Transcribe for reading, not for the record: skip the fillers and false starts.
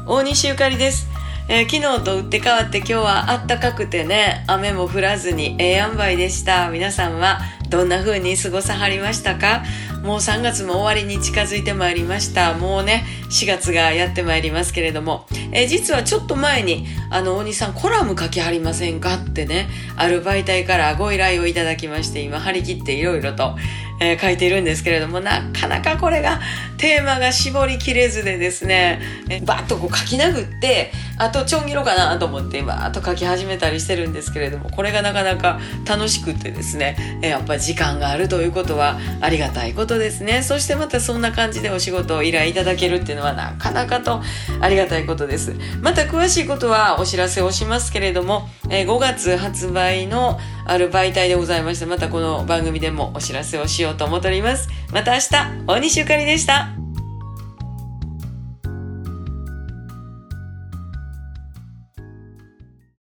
大西ゆかりです。昨日と打って変わって今日はあったかくてね、雨も降らずに塩梅でした。皆さんはどんな風に過ごさはりましたか？もう3月も終わりに近づいてまいりました。もうね4月がやってまいりますけれども、実はちょっと前に大西さんコラム書きはりませんかってね、ある媒体からご依頼をいただきまして、今張り切っていろいろと、書いているんですけれども、なかなかこれがテーマが絞りきれずでですね、バッとこう書き殴って、あとちょん切ろうかなと思ってバーッと書き始めたりしてるんですけれども、これがなかなか楽しくってですね、やっぱり時間があるということはありがたいことですね。そしてまたそんな感じでお仕事を依頼いただけるっていうのはなかなかとありがたいことです。また詳しいことはお知らせをしますけれども、5月発売のある媒体でございまして、またこの番組でもお知らせをしようと思っております。また明日、大西ゆかりでした。